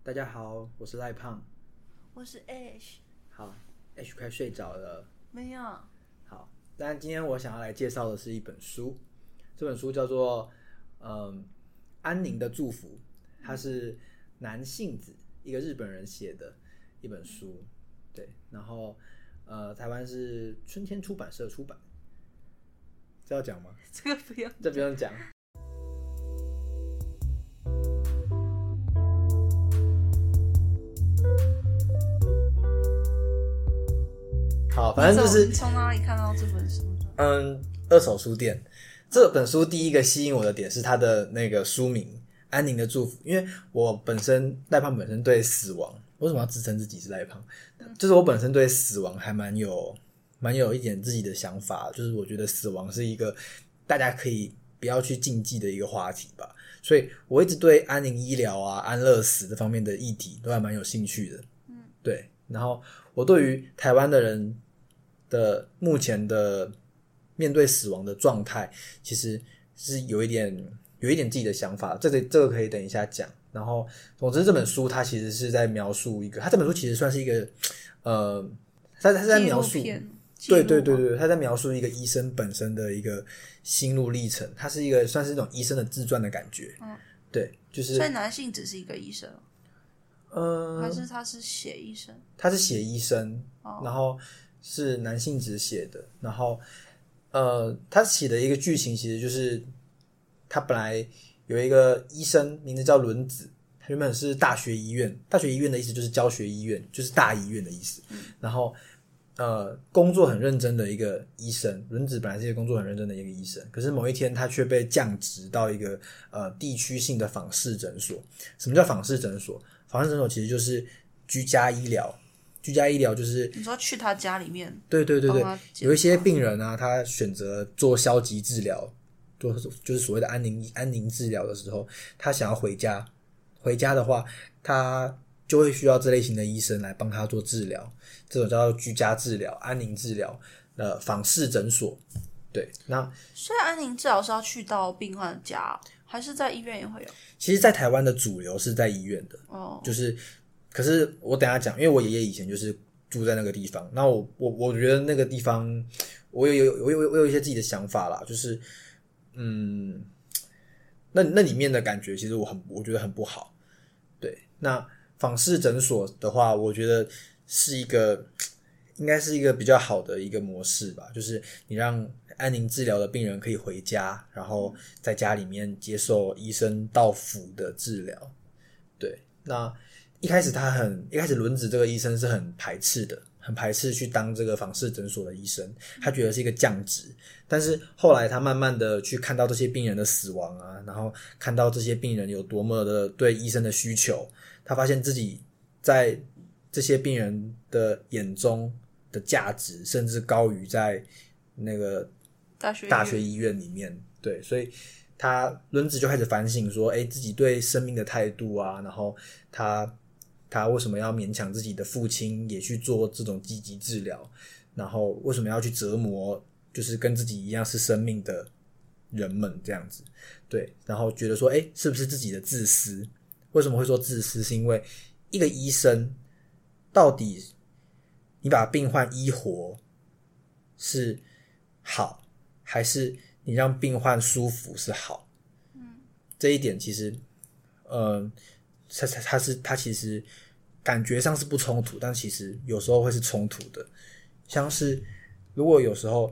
大家好，我是赖胖。 我是 Ash。 好 ，Ash 快睡着了。 没有。 好，但今天我想要来介绍的是一本书，这本书叫做安宁的祝福，它是南信子一个日本人写的一本书，对，然后台湾是春天出版社出版。这要讲吗？ 这个不用， 这不用讲。好，反正就是你从哪里看到这本书的？ 二手书店。这本书第一个吸引我的点是它的那个书名《安宁的祝福》，因为我赖胖本身对死亡，为什么要自称自己是赖胖？就是我本身对死亡还蛮有一点自己的想法，就是我觉得死亡是一个大家可以不要去禁忌的一个话题吧，所以我一直对安宁医疗啊、安乐死这方面的议题都还蛮有兴趣的。对。然后我对于台湾的人的目前的面对死亡的状态，其实是有一点自己的想法，这个可以等一下讲。然后总之这本书它其实是在描述一个，它这本书其实算是一个它是在描述，对，他在描述一个医生本身的一个心路历程，它是一个算是一种医生的自传的感觉。对，就是所以男性只是一个医生，还是他是写医生？ 他是写医生，然后是男性只写的，然后他写的一个剧情其实就是他本来有一个医生名字叫轮子，他原本是大学医院的意思就是教学医院，就是大医院的意思。然后工作很认真的一个医生，轮子本来是一个工作很认真的一个医生，可是某一天他却被降职到一个地区性的访视诊所。什么叫访视诊所？访视诊所其实就是居家医疗。居家医疗就是你说去他家里面， 对，有一些病人啊，他选择做消极治疗，就是所谓的安宁治疗的时候，他想要回家的话，他就会需要这类型的医生来帮他做治疗，这种叫居家治疗、安宁治疗的访视诊所。对，那所以安宁治疗是要去到病患的家，还是在医院也会有？ 其实在台湾的主流是在医院的，就是可是我等一下讲，因为我爷爷以前就是住在那个地方，那我觉得那个地方我有一些自己的想法啦，就是那里面的感觉其实我觉得很不好。对，那访视诊所的话，我觉得应该是一个比较好的一个模式吧，就是你让安宁治疗的病人可以回家，然后在家里面接受医生到府的治疗。对，那一开始轮子这个医生是很排斥去当这个访视诊所的医生，他觉得是一个降职。但是后来他慢慢的去看到这些病人的死亡啊，然后看到这些病人有多么的对医生的需求，他发现自己在这些病人的眼中的价值甚至高于在那个大学医院里面。对，所以轮子就开始反省说，自己对生命的态度啊，然后他为什么要勉强自己的父亲也去做这种积极治疗，然后为什么要去折磨就是跟自己一样是生命的人们这样子。对，然后觉得说是不是自己的自私？为什么会说自私？是因为一个医生到底你把病患医活是好，还是你让病患舒服是好？这一点其实它其实感觉上是不冲突，但其实有时候会是冲突的。像是如果有时候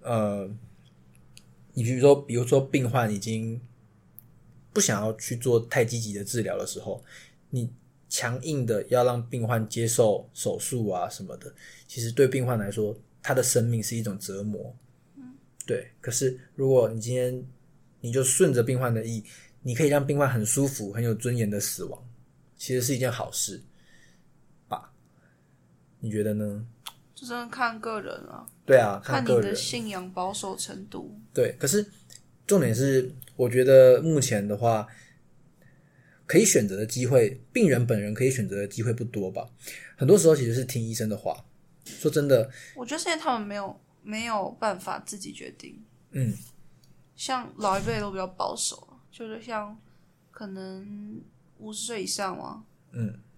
你比如说病患已经不想要去做太积极的治疗的时候，你强硬的要让病患接受手术啊什么的，其实对病患来说他的生命是一种折磨。对，可是如果你今天你就顺着病患的意，你可以让病患很舒服很有尊严的死亡，其实是一件好事吧？你觉得呢？ 就真的看个人啊。 对啊， 看个人， 你的信仰保守程度。 对，可是重点是我觉得目前的话可以选择的机会，病人本人可以选择的机会不多吧。很多时候其实是听医生的话。说真的， 我觉得现在他们没有办法自己决定。像老一辈都比较保守，就是像可能50岁以上嘛，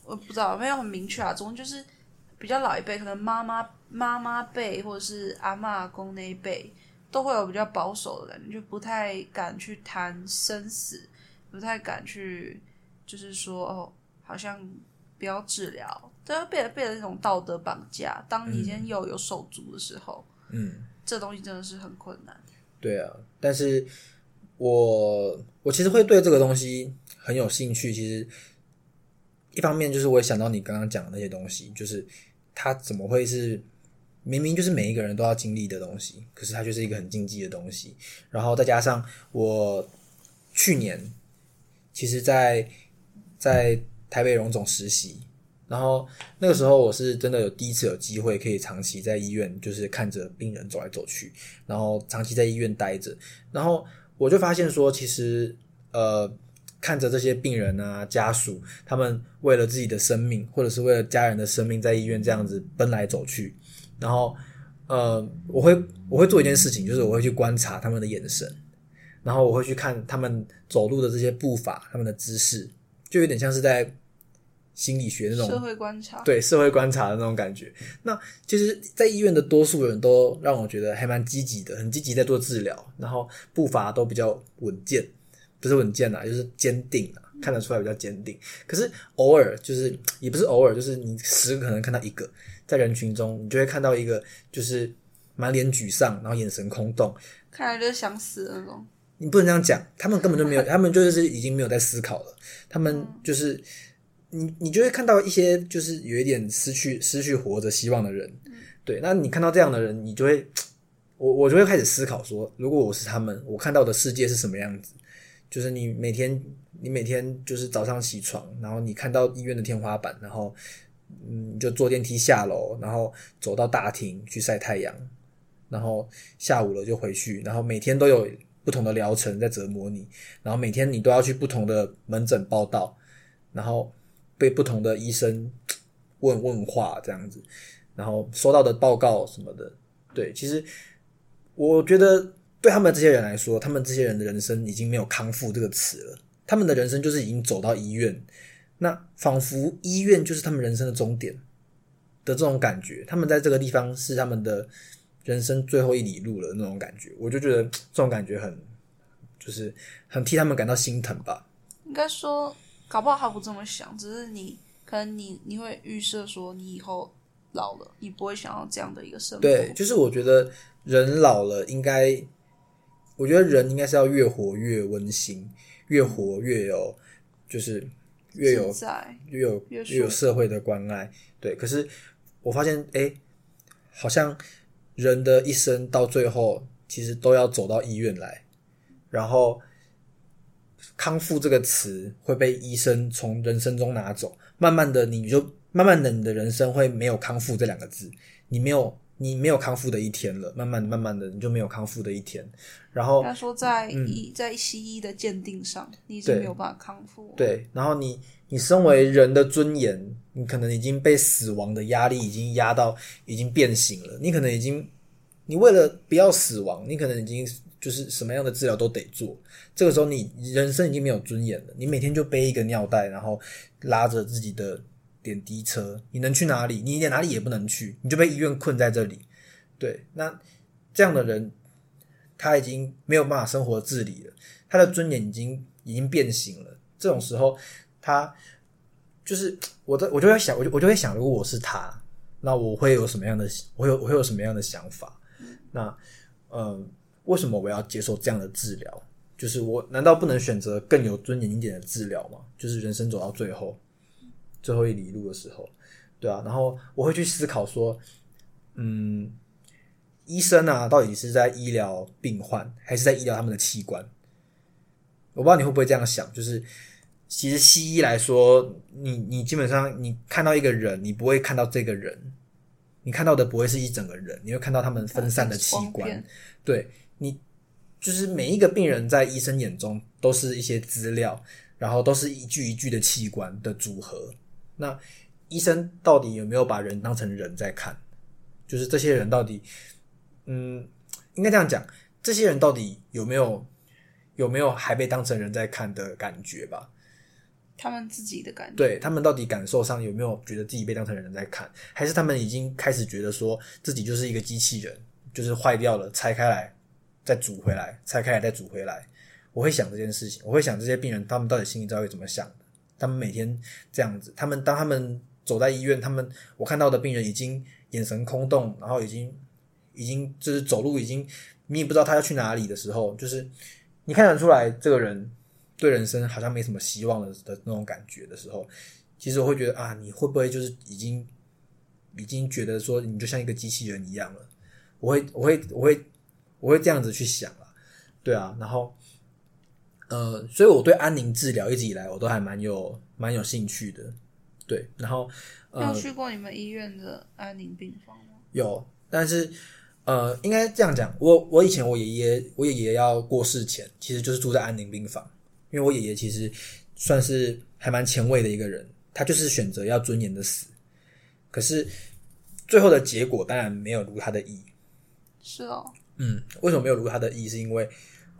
我不知道没有很明确啊，总之就是比较老一辈，可能妈妈辈或者是阿嬷阿公那一辈，都会有比较保守的人，就不太敢去谈生死，不太敢去就是说哦，好像不要治疗，这会变成那种道德绑架。当你今天又有手足的时候，这东西真的是很困难。 对啊，但是我其实会对这个东西很有兴趣。其实一方面就是我也想到你刚刚讲的那些东西，就是它怎么会是明明就是每一个人都要经历的东西，可是它就是一个很禁忌的东西。然后再加上我去年其实在台北荣总实习，然后那个时候我是真的有第一次有机会可以长期在医院，就是看着病人走来走去，然后长期在医院待着，然后我就发现说其实看着这些病人啊家属，他们为了自己的生命或者是为了家人的生命在医院这样子奔来走去，然后我会做一件事情，就是我会去观察他们的眼神，然后我会去看他们走路的这些步伐，他们的姿势，就有点像是在心理学那种社会观察， 对社会观察的那种感觉。那其实在医院的多数人都让我觉得还蛮积极的，很积极在做治疗，然后步伐都比较稳健，不是稳健啦，就是坚定啦，看得出来比较坚定。可是偶尔就是也不是偶尔，就是你10个可能看到一个，在人群中你就会看到一个就是满脸沮丧，然后眼神空洞， 看来就是想死的那种。 你不能这样讲，他们根本就没有，他们就是已经没有在思考了，他们就是你就会看到一些就是有一点失去活着希望的人，对，那你看到这样的人，你就会我就会开始思考说，如果我是他们，我看到的世界是什么样子？就是你每天就是早上起床，然后你看到医院的天花板，然后你就坐电梯下楼，然后走到大厅去晒太阳，然后下午了就回去，然后每天都有不同的疗程在折磨你，然后每天你都要去不同的门诊报到，然后被不同的医生问话这样子，然后收到的报告什么的。对，其实我觉得对他们这些人来说，他们这些人的人生已经没有康复这个词了，他们的人生就是已经走到医院，那仿佛医院就是他们人生的终点的这种感觉，他们在这个地方是他们的人生最后一里路了那种感觉，我就觉得这种感觉就是很替他们感到心疼吧。 应该说搞不好他不这么想，只是可能你会预设说你以后老了，你不会想要这样的一个生活。 对，就是我觉得人老了我觉得人应该是要越活越温馨，越活越有就是越有社会的关爱。对，可是我发现好像人的一生到最后其实都要走到医院来，然后康复这个词会被医生从人生中拿走，慢慢的你的人生会没有康复这2个字，你没有康复的一天了，慢慢的你就没有康复的一天。然后他说在西医的鉴定上你已经没有办法康复。 对，然后你身为人的尊严，你可能已经被死亡的压力已经压到已经变形了，你可能你为了不要死亡，你可能已经就是什么样的治疗都得做，这个时候你人生已经没有尊严了，你每天就背一个尿袋，然后拉着自己的点滴车，你能去哪里？你连哪里也不能去，你就被医院困在这里。对，那这样的人他已经没有办法生活自理了，他的尊严已经变形了，这种时候他就是我就会想，我就会想，如果我是他，那我会有什么样的我会有什么样的想法？那为什么我要接受这样的治疗？就是我难道不能选择更有尊严一点的治疗吗？就是人生走到最后一里路的时候，对啊，然后我会去思考说，医生啊，到底是在医疗病患，还是在医疗他们的器官？我不知道你会不会这样想，就是其实西医来说，你基本上你看到一个人，你不会看到这个人，你看到的不会是一整个人，你会看到他们分散的器官。对，你就是每一个病人在医生眼中都是一些资料，然后都是一具一具的器官的组合。那医生到底有没有把人当成人在看？就是这些人到底应该这样讲，这些人到底有没有还被当成人在看的感觉吧？ 他们自己的感觉， 对，他们到底感受上有没有觉得自己被当成人在看，还是他们已经开始觉得说自己就是一个机器人，就是坏掉了拆开来再组回来，拆开来再组回来。我会想这件事情，我会想这些病人他们到底心里到底怎么想的，他们每天这样子，当他们走在医院，我看到的病人已经眼神空洞，然后已经就是走路已经你也不知道他要去哪里的时候，就是你看得出来这个人对人生好像没什么希望的那种感觉的时候，其实我会觉得啊，你会不会就是已经觉得说你就像一个机器人一样了？我会这样子去想啦，对啊，然后所以我对安宁治疗一直以来我都还蛮有兴趣的，对，然后你有去过你们医院的安宁病房吗？ 有，但是应该这样讲，我以前我爷爷要过世前，其实就是住在安宁病房。因为我爷爷其实算是还蛮前卫的一个人，他就是选择要尊严的死，可是最后的结果当然没有如他的意。 是哦， 为什么没有如他的意？是因为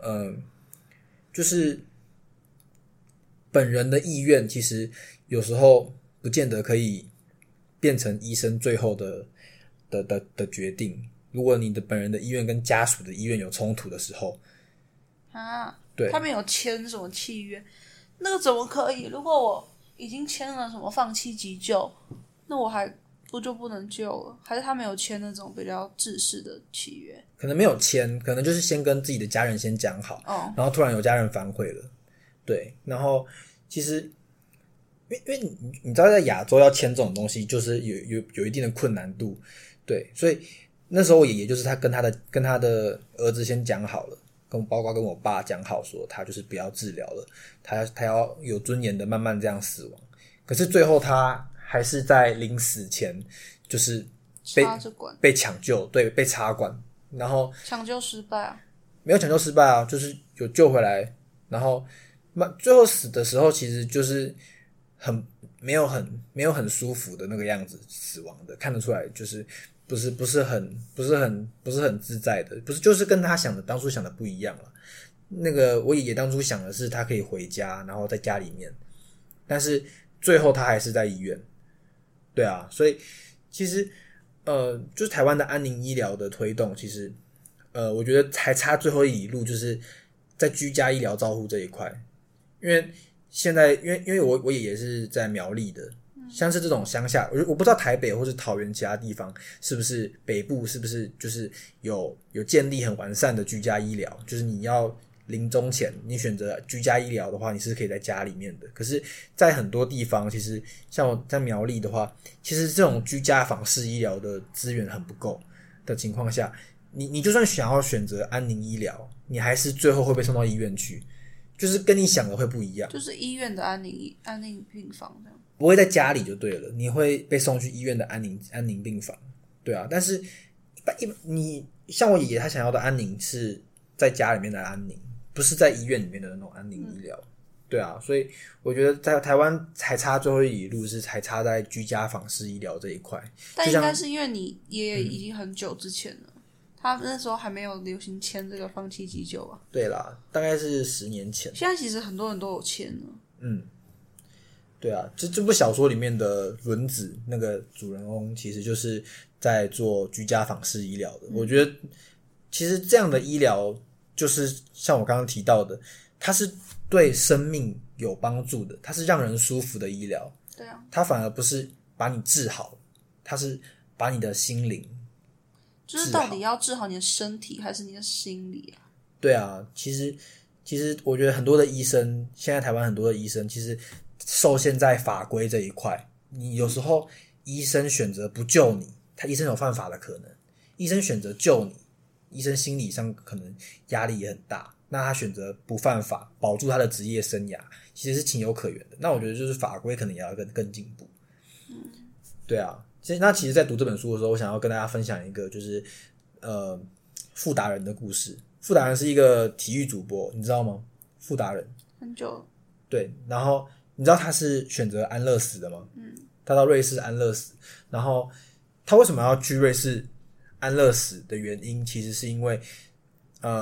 就是本人的意愿其实有时候不见得可以变成医生最后的决定。如果你的本人的意愿跟家属的意愿有冲突的时候啊， 对， 他们有签什么契约？那个怎么可以？如果我已经签了什么放弃急救，那我还不能救了？还是他没有签那种比较制式的契约？ 可能没有签，可能就是先跟自己的家人先讲好，然后突然有家人反悔了，对，然后其实因为你知道在亚洲要签这种东西，就是有一定的困难度，对，所以那时候我爷爷就是他跟他的儿子先讲好了。包括跟我爸讲好说他就是不要治疗了，他要有尊严的慢慢这样死亡。可是最后他还是在临死前就是被抢救，对，被插管，然后抢救失败啊？ 没有抢救失败啊，就是有救回来，然后最后死的时候其实就是没有很舒服的那个样子死亡的，看得出来就是不是很自在的，不是，就是跟他当初想的不一样了。那个我爷爷当初想的是他可以回家，然后在家里面，但是最后他还是在医院。对啊，所以其实就是台湾的安宁医疗的推动，其实我觉得还差最后一里路，就是在居家医疗照护这一块。因为现在因为我爷爷是在苗栗的。像是这种乡下，我不知道台北或是桃园其他地方是不是北部是不是就是有建立很完善的居家医疗，就是你要临终前你选择居家医疗的话，你是可以在家里面的。可是在很多地方，其实像我在苗栗的话，其实这种居家访视医疗的资源很不够的情况下，你就算想要选择安宁医疗，你还是最后会被送到医院去，就是跟你想的会不一样， 就是医院的安宁病房这样。 不会在家里就对了，你会被送去医院的安宁病房，对啊。但是你像我爷爷他想要的安宁是在家里面的安宁，不是在医院里面的那种安宁医疗，对啊。所以我觉得在台湾还差最后一里路，是还差在居家访视医疗这一块。 但应该是因为你爷爷已经很久之前了，他那时候还没有流行签这个放弃急救啊。 对啦，大概是10年前。 现在其实很多人都有签了。 对啊，这部小说里面的轮子那个主人翁其实就是在做居家访视医疗的。我觉得其实这样的医疗就是像我刚刚提到的，它是对生命有帮助的，它是让人舒服的医疗。 对啊， 它反而不是把你治好，它是把你的心灵就是到底要治好你的身体还是你的心理啊？ 对啊，其实我觉得很多的医生，现在台湾很多的医生其实受限在法规这一块，你有时候医生选择不救你，医生有犯法的可能；医生选择救你，医生心理上可能压力也很大。那他选择不犯法，保住他的职业生涯，其实是情有可原的。那我觉得就是法规可能也要更进步。对啊，其实在读这本书的时候，我想要跟大家分享一个就是傅达人的故事。傅达人是一个体育主播，你知道吗？傅达人很久。 对，然后你知道他是选择安乐死的吗？他到瑞士安乐死，然后他为什么要去瑞士安乐死的原因，其实是因为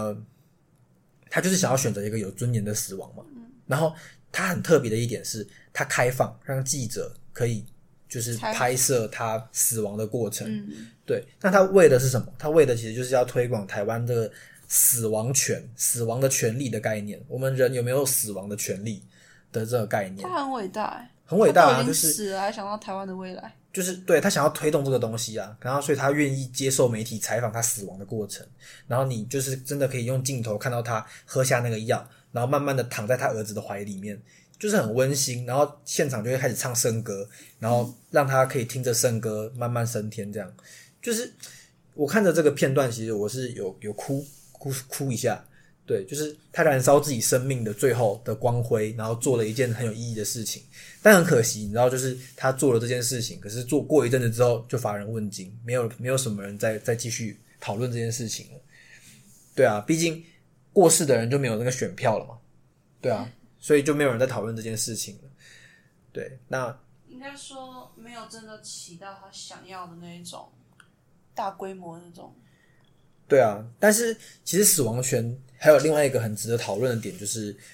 他就是想要选择一个有尊严的死亡嘛。然后他很特别的一点是， 它开放，让记者可以就是拍摄他死亡的过程。对，那他为的是什么？他为的其实就是要推广台湾这个死亡权、死亡的权利的概念。我们人有没有死亡的权利的这个概念？ 他很伟大很伟大啊！ 他都已就是经死了，还想到台湾的未来。 就是对他想要推动这个东西啊，然后所以他愿意接受媒体采访他死亡的过程，然后你就是真的可以用镜头看到他喝下那个药，然后慢慢的躺在他儿子的怀里面，就是很温馨，然后现场就会开始唱圣歌，然后让他可以听着圣歌慢慢升天，这样就是我看着这个片段，其实我是有哭一下。对，就是他燃烧自己生命的最后的光辉，然后做了一件很有意义的事情。但很可惜，你知道，就是他做了这件事情，可是做过一阵子之后就乏人问津，没有什么人再继续讨论这件事情了。对啊，毕竟过世的人就没有那个选票了嘛。对啊，所以就没有人在讨论这件事情了。对，那应该说没有真的起到他想要的那一种大规模的那种。 对啊，但是其实死亡权还有另外一个很值得讨论的点，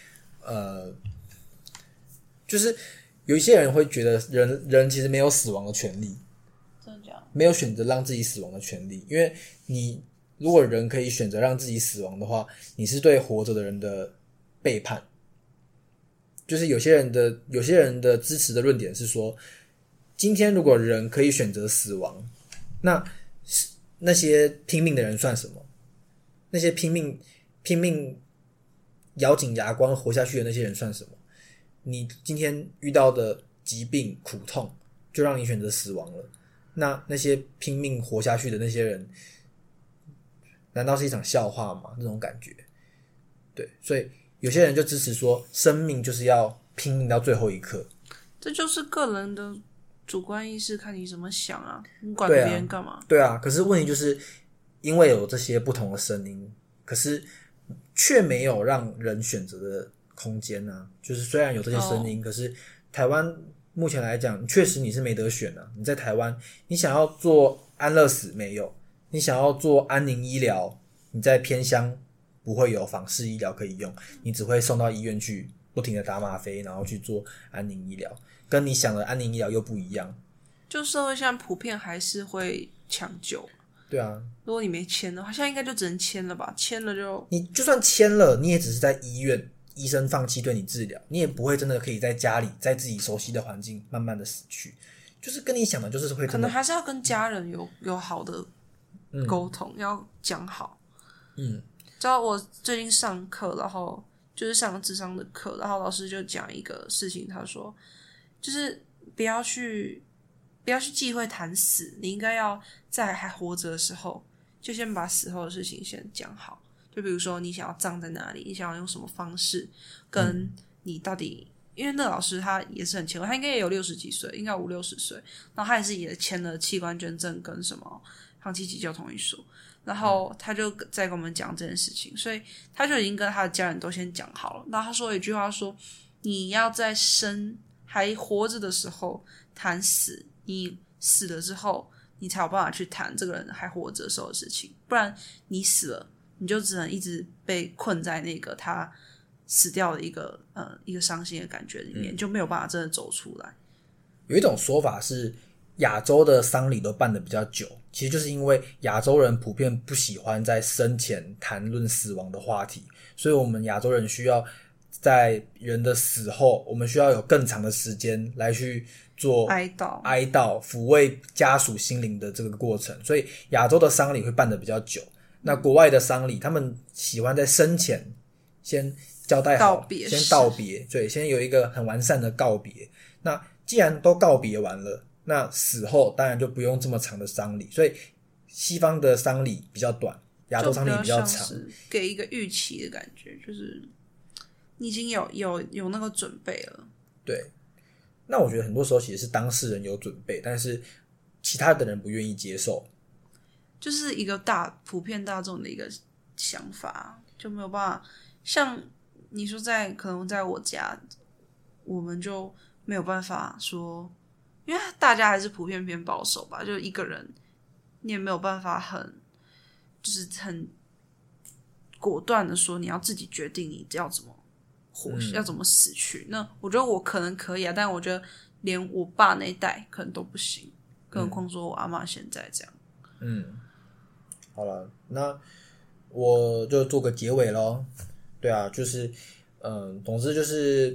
就是有一些人会觉得人其实没有死亡的权利， 真的假的？ 没有选择让自己死亡的权利。因为你如果人可以选择让自己死亡的话，你是对活着的人的背叛。就是有些人的支持的论点是说，今天如果人可以选择死亡，那些拼命的人算什么？那些拼命咬紧牙关活下去的那些人算什么？你今天遇到的疾病苦痛就让你选择死亡了，那些拼命活下去的那些人难道是一场笑话吗？那种感觉。对，所以有些人就支持说生命就是要拼命到最后一刻。 这就是个人的主观意识，看你怎么想啊，你管别人干嘛？ 对啊，可是问题就是因为有这些不同的声音，可是却没有让人选择的空间啊。就是虽然有这些声音，可是台湾目前来讲，确实你是没得选啊。你在台湾，你想要做安乐死没有，你想要做安宁医疗，你在偏乡不会有访视医疗可以用，你只会送到医院去不停的打吗啡，然后去做安宁医疗，跟你想的安宁医疗又不一样。 就社会上普遍还是会抢救。 对啊， 如果你没签的话，现在应该就只能签了吧？签了就你就算签了，你也只是在医院，医生放弃对你治疗，你也不会真的可以在家里，在自己熟悉的环境慢慢的死去。就是跟你想的，就是会真的可能还是要跟家人有好的沟通，要讲好。知道我最近上课，然后就是上諮商的课，然后老师就讲一个事情，他说就是不要去忌讳谈死，你应该要在还活着的时候就先把死后的事情先讲好。就比如说你想要葬在哪里，你想要用什么方式，跟你到底因为那个老师他也是很前卫，他应该也有60几岁，应该50-60岁，然后他也签了器官捐赠跟什么放弃急救同意书，然后他就在跟我们讲这件事情，所以他就已经跟他的家人都先讲好了。然后他说一句话说，你要在还活着的时候谈死，你死了之后你才有办法去谈这个人还活着的时候的事情，不然你死了你就只能一直被困在那个他死掉的一个伤心的感觉里面，就没有办法真的走出来。 有一种说法是亚洲的丧礼都办得比较久，其实就是因为亚洲人普遍不喜欢在生前谈论死亡的话题，所以我们亚洲人需要在人的死后，我们需要有更长的时间来去做哀悼抚慰家属心灵的这个过程，所以亚洲的丧礼会办得比较久。那国外的丧礼他们喜欢在生前先交代好，先道别，对，先有一个很完善的告别。那既然都告别完了，那死后当然就不用这么长的丧礼，所以西方的丧礼比较短，亚洲丧礼比较长， 给一个预期的感觉，就是你已经有那个准备了。 对，那我觉得很多时候其实是当事人有准备，但是其他的人不愿意接受， 就是一个普遍大众的一个想法，就没有办法像你说可能在我家，我们就没有办法说，因为大家还是普遍偏保守吧，就一个人你也没有办法很果断的说你要自己决定你要怎么要怎么死去。那我觉得我可能可以啊，但我觉得连我爸那一代可能都不行，更何况说我阿嬷现在这样。 好了，那我就做个结尾咯。对啊，就是总之就是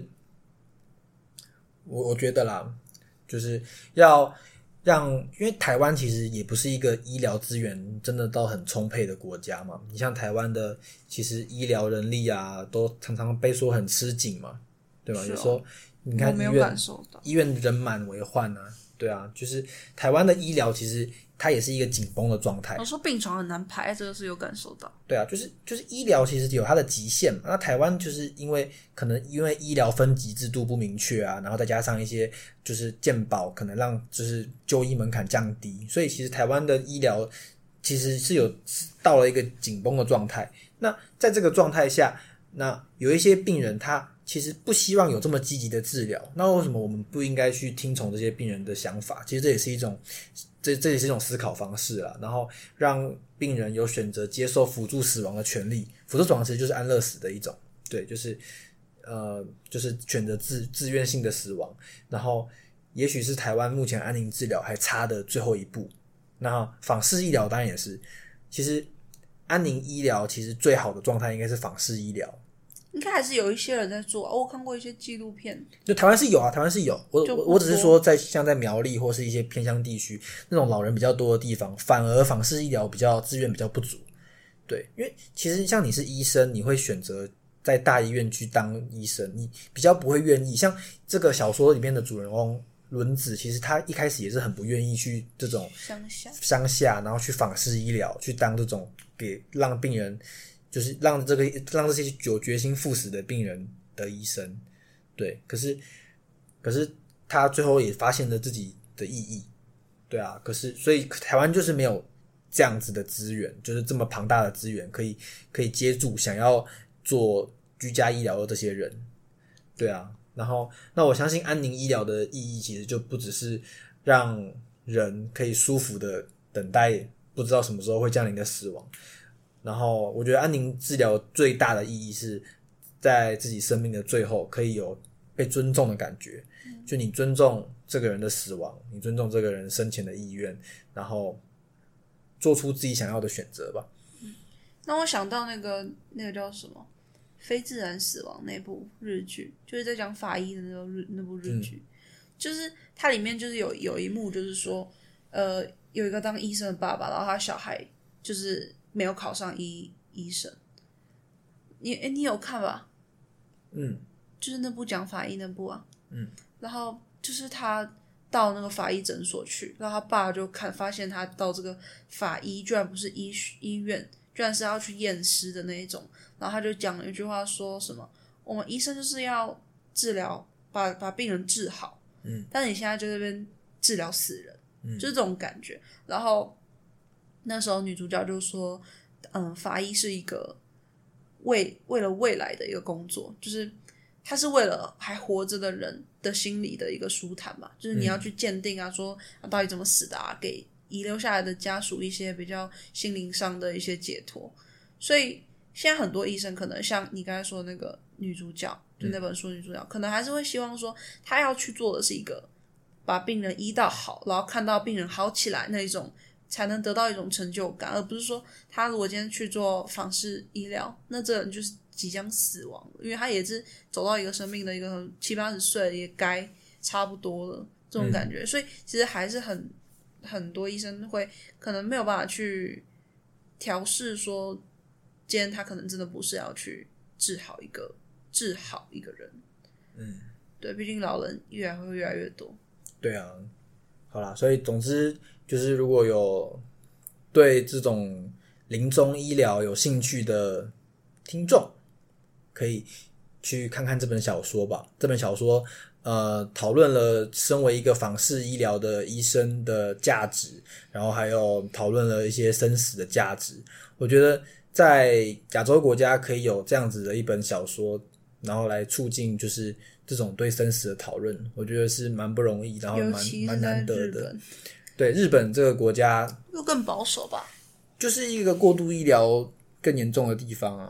我觉得啦，就是要让，因为台湾其实也不是一个医疗资源真的到很充沛的国家嘛。你像台湾的，其实医疗人力啊，都常常被说很吃紧嘛，对吧？有时候你看医院人满为患啊，对啊，就是台湾的医疗其实它也是一个紧绷的状态。 我说病床很难排，这个是有感受到。 对啊，就是医疗其实有它的极限嘛。那台湾就是因为医疗分级制度不明确啊，然后再加上一些就是健保可能让就是就医门槛降低，所以其实台湾的医疗其实是有到了一个紧绷的状态。那在这个状态下，那有一些病人他其实不希望有这么积极的治疗，那为什么我们不应该去听从这些病人的想法？其实这也是一种这也是一种思考方式啦，然后让病人有选择接受辅助死亡的权利。辅助死亡其实就是安乐死的一种，对，就是选择自愿性的死亡。然后也许是台湾目前安宁治疗还差的最后一步。那访视医疗当然也是，其实安宁医疗其实最好的状态应该是访视医疗。 应该还是有一些人在做，我看过一些纪录片。 就台湾是有啊，台湾是有。我只是说像在苗栗或是一些偏乡地区那种老人比较多的地方，反而访视医疗资源比较不足。对，因为其实像你是医生，你会选择在大医院去当医生，你比较不会愿意。像这个小说里面的主人公轮子，其实他一开始也是很不愿意去这种乡下，然后去访视医疗，去当这种让病人。就是让这些有决心赴死的病人的医生，对，可是他最后也发现了自己的意义，对啊，所以台湾就是没有这样子的资源，就是这么庞大的资源可以接住想要做居家医疗的这些人，对啊，然后那我相信安宁医疗的意义其实就不只是让人可以舒服的等待不知道什么时候会降临的死亡。然后我觉得安宁治疗最大的意义是在自己生命的最后可以有被尊重的感觉，就你尊重这个人的死亡，你尊重这个人生前的意愿，然后做出自己想要的选择吧。 那我想到那个叫什么非自然死亡那部日剧，就是在讲法医的那部日剧，就是它里面就是有一幕就是说有一个当医生的爸爸，然后他小孩就是没有考上医生，你有看吧？就是那部讲法医那部啊，然后就是他到那个法医诊所去，然后他爸就发现他到这个法医居然不是医院，居然是要去验尸的那一种，然后他就讲了一句话，说什么我们医生就是要治疗把病人治好，但是你现在就在那边治疗死人，就是这种感觉。然后那时候女主角就说法医是一个为了未来的一个工作，就是他是为了还活着的人的心理的一个舒坦嘛，就是你要去鉴定啊，说到底怎么死的啊，给遗留下来的家属一些比较心灵上的一些解脱。所以现在很多医生可能像你刚才说的那个女主角，就那本书女主角，可能还是会希望说他要去做的是一个把病人医到好，然后看到病人好起来那一种，才能得到一种成就感，而不是说他如果今天去做访视医疗，那这人就是即将死亡，因为他也是走到一个生命的一个70-80岁也该差不多了这种感觉。所以其实还是很多医生会可能没有办法去调试说今天他可能真的不是要去治好一个人。对，毕竟老人会越来越多。 对啊，好啦，所以总之就是如果有对这种临终医疗有兴趣的听众，可以去看看这本小说吧。这本小说讨论了身为一个访视医疗的医生的价值，然后还有讨论了一些生死的价值。我觉得在亚洲国家可以有这样子的一本小说，然后来促进就是这种对生死的讨论，我觉得是蛮不容易，然后蛮难得的。对，日本这个国家又更保守吧， 就是一个过度医疗更严重的地方啊。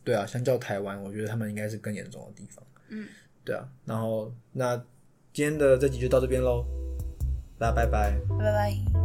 对啊，相较台湾，我觉得他们应该是更严重的地方。对啊。然后那今天的这集就到这边咯，大家拜拜。 拜拜。